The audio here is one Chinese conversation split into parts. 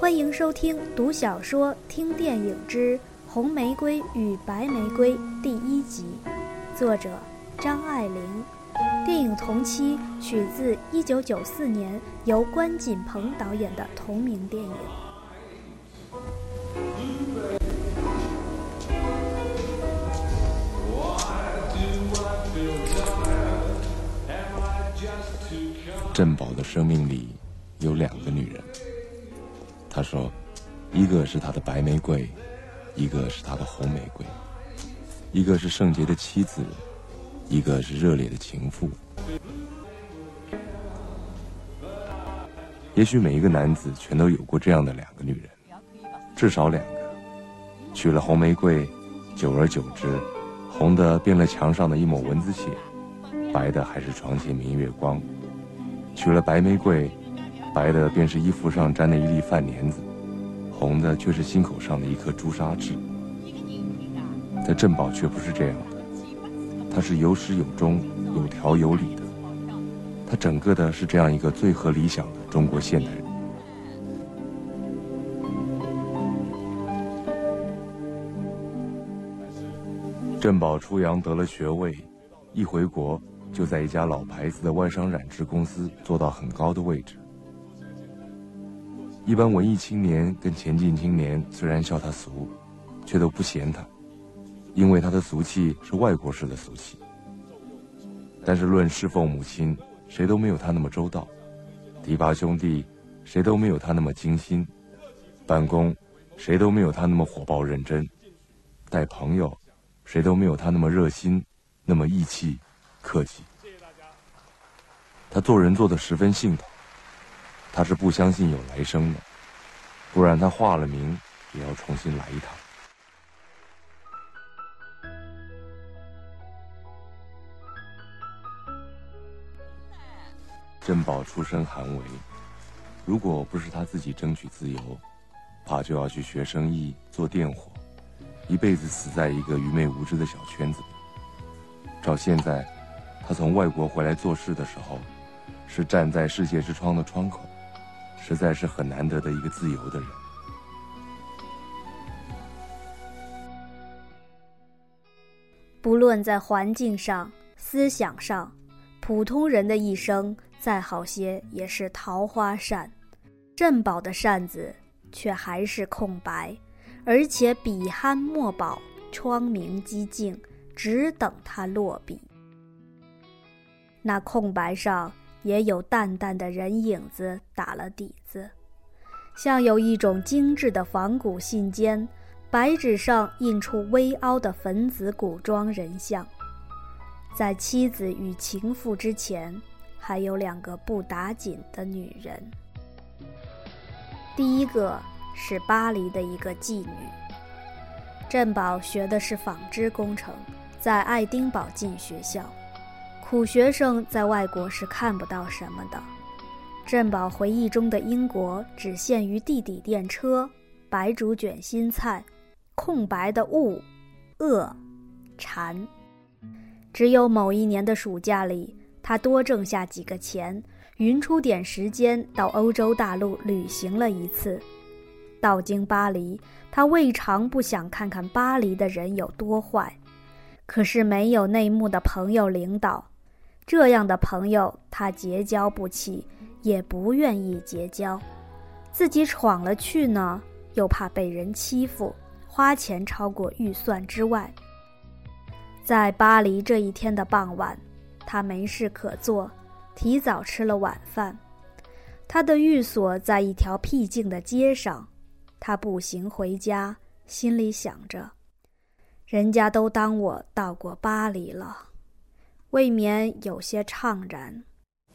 欢迎收听读小说听电影之《红玫瑰与白玫瑰》第1集，作者张爱玲。电影同期取自1994年由关锦鹏导演的同名电影。 郑宝的生命里有2个女人，他说，一个是他的白玫瑰，一个是他的红玫瑰，一个是圣洁的妻子，一个是热烈的情妇。也许每一个男子全都有过这样的2个女人，至少2个。娶了红玫瑰，久而久之，红的变了墙上的一抹蚊子血，白的还是床前明月光。娶了白玫瑰，白的便是衣服上沾的一粒饭粘子，红的却是心口上的一颗朱砂痣。但郑宝却不是这样的，他是有始有终、有条有理的，他整个的是这样一个最合理想的中国现代人。郑宝出洋得了学位，一回国就在一家老牌子的外商染织公司做到很高的位置。一般文艺青年跟前进青年虽然笑他俗，却都不嫌他，因为他的俗气是外国式的俗气。但是论侍奉母亲，谁都没有他那么周到；提拔兄弟，谁都没有他那么精心；办公，谁都没有他那么火爆认真；带朋友，谁都没有他那么热心，那么义气客气。他做人做得十分信头，他是不相信有来生的，不然他化了名也要重新来一趟。郑宝出身寒微，如果不是他自己争取自由，怕就要去学生意做电火，一辈子死在一个愚昧无知的小圈子里。照现在他从外国回来做事的时候，是站在世界之窗的窗口，实在是很难得的一个自由的人。 不论在环境上、思想上，普通人的一生再好些也是桃花扇，郑宝的扇子却还是空白，而且笔酣墨饱，窗明几净，只等他落笔。那空白上也有淡淡的人影子打了底子，像有一种精致的仿古信笺，白纸上印出微凹的粉紫古装人像。在妻子与情妇之前，还有2个不打紧的女人。第一个是巴黎的一个妓女。郑宝学的是纺织工程，在爱丁堡进学校。苦学生在外国是看不到什么的。郑宝回忆中的英国只限于地底电车、白煮卷心菜、空白的雾、饿、馋。只有某一年的暑假里，他多挣下几个钱，匀出点时间到欧洲大陆旅行了一次。到经巴黎，他未尝不想看看巴黎的人有多坏，可是没有内幕的朋友领导，这样的朋友他结交不起，也不愿意结交。自己闯了去呢，又怕被人欺负，花钱超过预算之外。在巴黎这一天的傍晚，他没事可做，提早吃了晚饭。他的寓所在一条僻静的街上，他步行回家，心里想着，人家都当我到过巴黎了，未免有些怅然。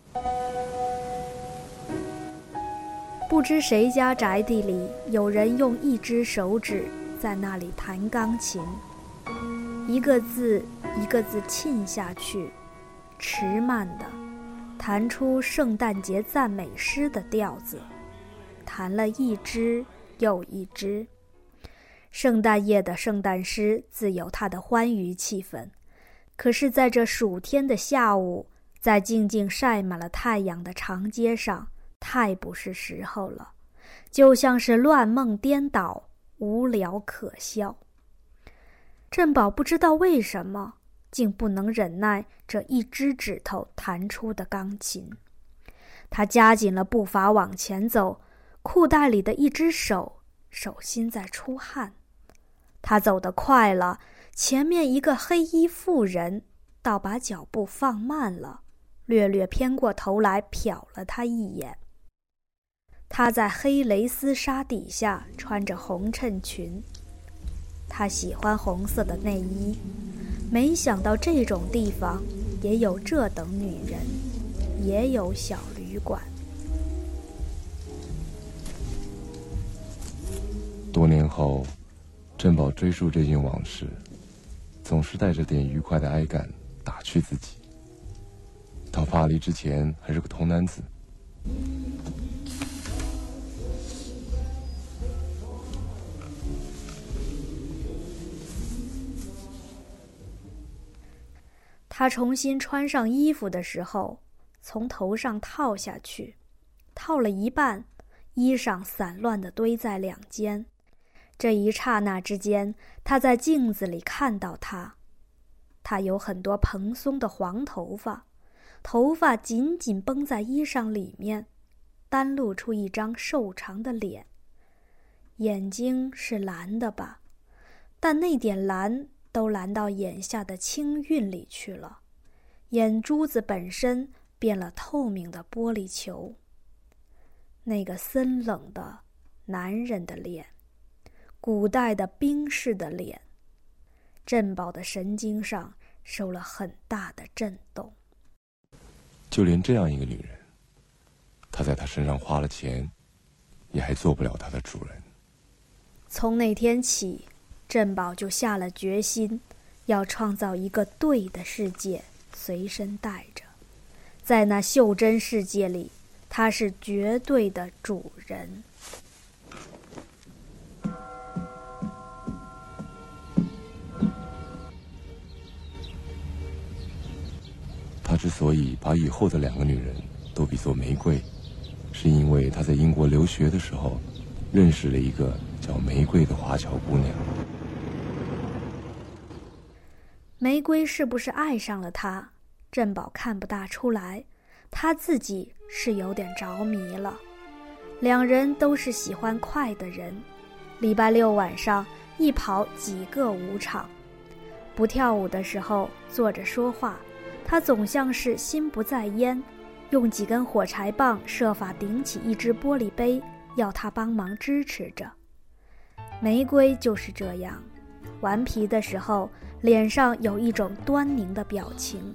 不知谁家宅地里有人用1只手指在那里弹钢琴，一个字一个字沁下去，迟慢地弹出圣诞节赞美诗的调子，弹了1支又1支。圣诞夜的圣诞诗自有它的欢愉气氛，可是在这暑天的下午，在静静晒满了太阳的长街上，太不是时候了。 就像是乱梦颠倒，无聊可笑。振宝不知道为什么，竟不能忍耐这一只指头弹出的钢琴。他加紧了步伐往前走，裤袋里的一只手心在出汗。他走得快了，前面一个黑衣妇人倒把脚步放慢了，略略偏过头来瞟了他一眼。她在黑蕾丝纱底下穿着红衬裙，她喜欢红色的内衣，没想到这种地方也有这等女人，也有小旅馆。 多年后，振宝追溯这件往事，总是带着点愉快的哀感打趣自己。到巴黎之前还是个童男子， 他重新穿上衣服的时候，从头上套下去，套了一半，衣裳散乱地堆在两肩。这一刹那之间，他在镜子里看到他有很多蓬松的黄头发，头发紧紧绷在衣裳里面，单露出一张瘦长的脸。眼睛是蓝的吧，但那点蓝都蓝到眼下的青晕里去了，眼珠子本身变了透明的玻璃球。那个森冷的男人的脸，古代的兵士的脸，振宝的神经上受了很大的震动。 就连这样一个女人，他在她身上花了钱，也还做不了她的主人。 从那天起，振宝就下了决心，要创造一个对的世界，随身带着。在那袖珍世界里，他是绝对的主人。 他之所以把以后的2个女人都比作玫瑰，是因为他在英国留学的时候认识了一个叫玫瑰的华侨姑娘。 玫瑰是不是爱上了他，振宝看不大出来，他自己是有点着迷了。2人都是喜欢快的人，礼拜6晚上一跑几个舞场，不跳舞的时候坐着说话，他总像是心不在焉，用几根火柴棒设法顶起一只玻璃杯，要他帮忙支持着。玫瑰就是这样，顽皮的时候脸上有一种端凝的表情。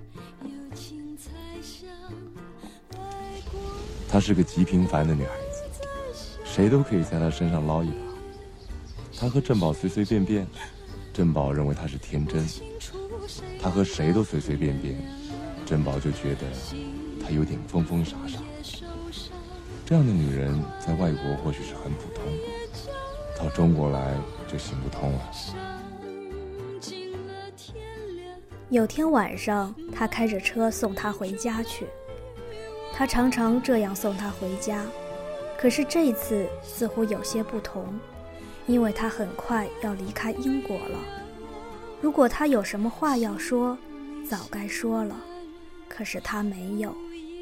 她是个极平凡的女孩子，谁都可以在她身上捞一把。她和振宝随随便便，振宝认为她是天真；她和谁都随随便便，振宝就觉得她有点疯疯傻傻。这样的女人在外国或许是很普通，到中国来就行不通了。 有天晚上，他开着车送她回家去。他常常这样送她回家，可是这次似乎有些不同，因为他很快要离开英国了。如果他有什么话要说，早该说了，可是他没有。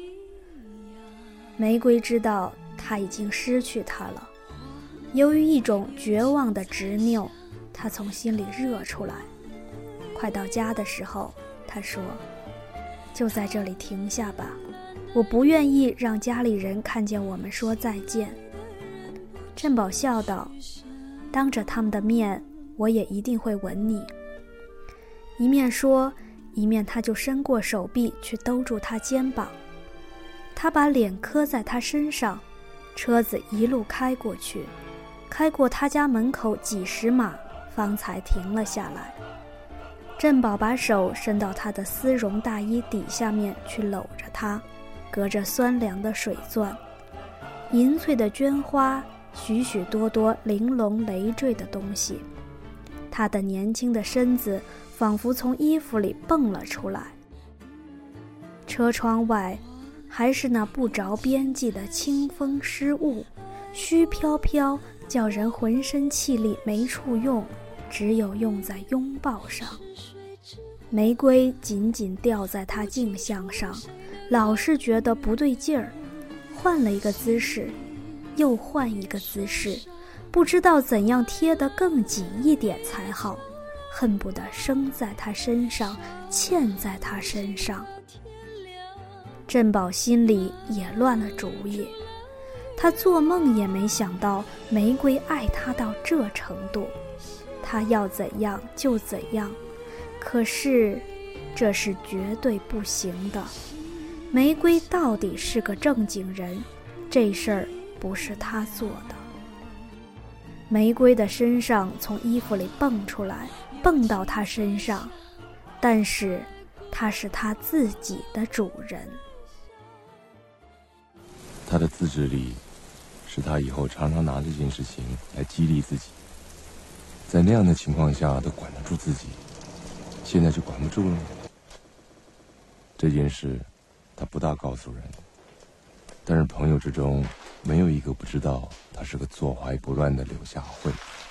玫瑰知道他已经失去他了，由于一种绝望的执拗，他从心里热出来。快到家的时候，他说：“就在这里停下吧，我不愿意让家里人看见我们说再见。”振宝笑道：“当着他们的面，我也一定会吻你。”一面说，一面他就伸过手臂去兜住他肩膀。他把脸磕在他身上，车子一路开过去，开过他家门口几十码，方才停了下来。振宝把手伸到他的丝绒大衣底下面去搂着他，隔着酸凉的水钻，银翠的绢花，许许多多玲珑累赘的东西。他的年轻的身子仿佛从衣服里蹦了出来。车窗外还是那不着边际的清风湿雾， 虚飘飘，叫人浑身气力没处用，只有用在拥抱上。玫瑰紧紧吊在他颈项上，老是觉得不对劲儿，换了一个姿势，又换一个姿势，不知道怎样贴得更紧一点才好，恨不得生在他身上，嵌在他身上。振宝心里也乱了主意，他做梦也没想到玫瑰爱他到这程度，他要怎样就怎样。可是这是绝对不行的，玫瑰到底是个正经人，这事儿不是他做的。玫瑰的身上从衣服里蹦出来，蹦到他身上，但是他是他自己的主人。 他的自制力使他以后常常拿这件事情来激励自己，在那样的情况下都管得住自己，现在就管不住了。这件事他不大告诉人，但是朋友之中没有一个不知道他是个坐怀不乱的柳下惠。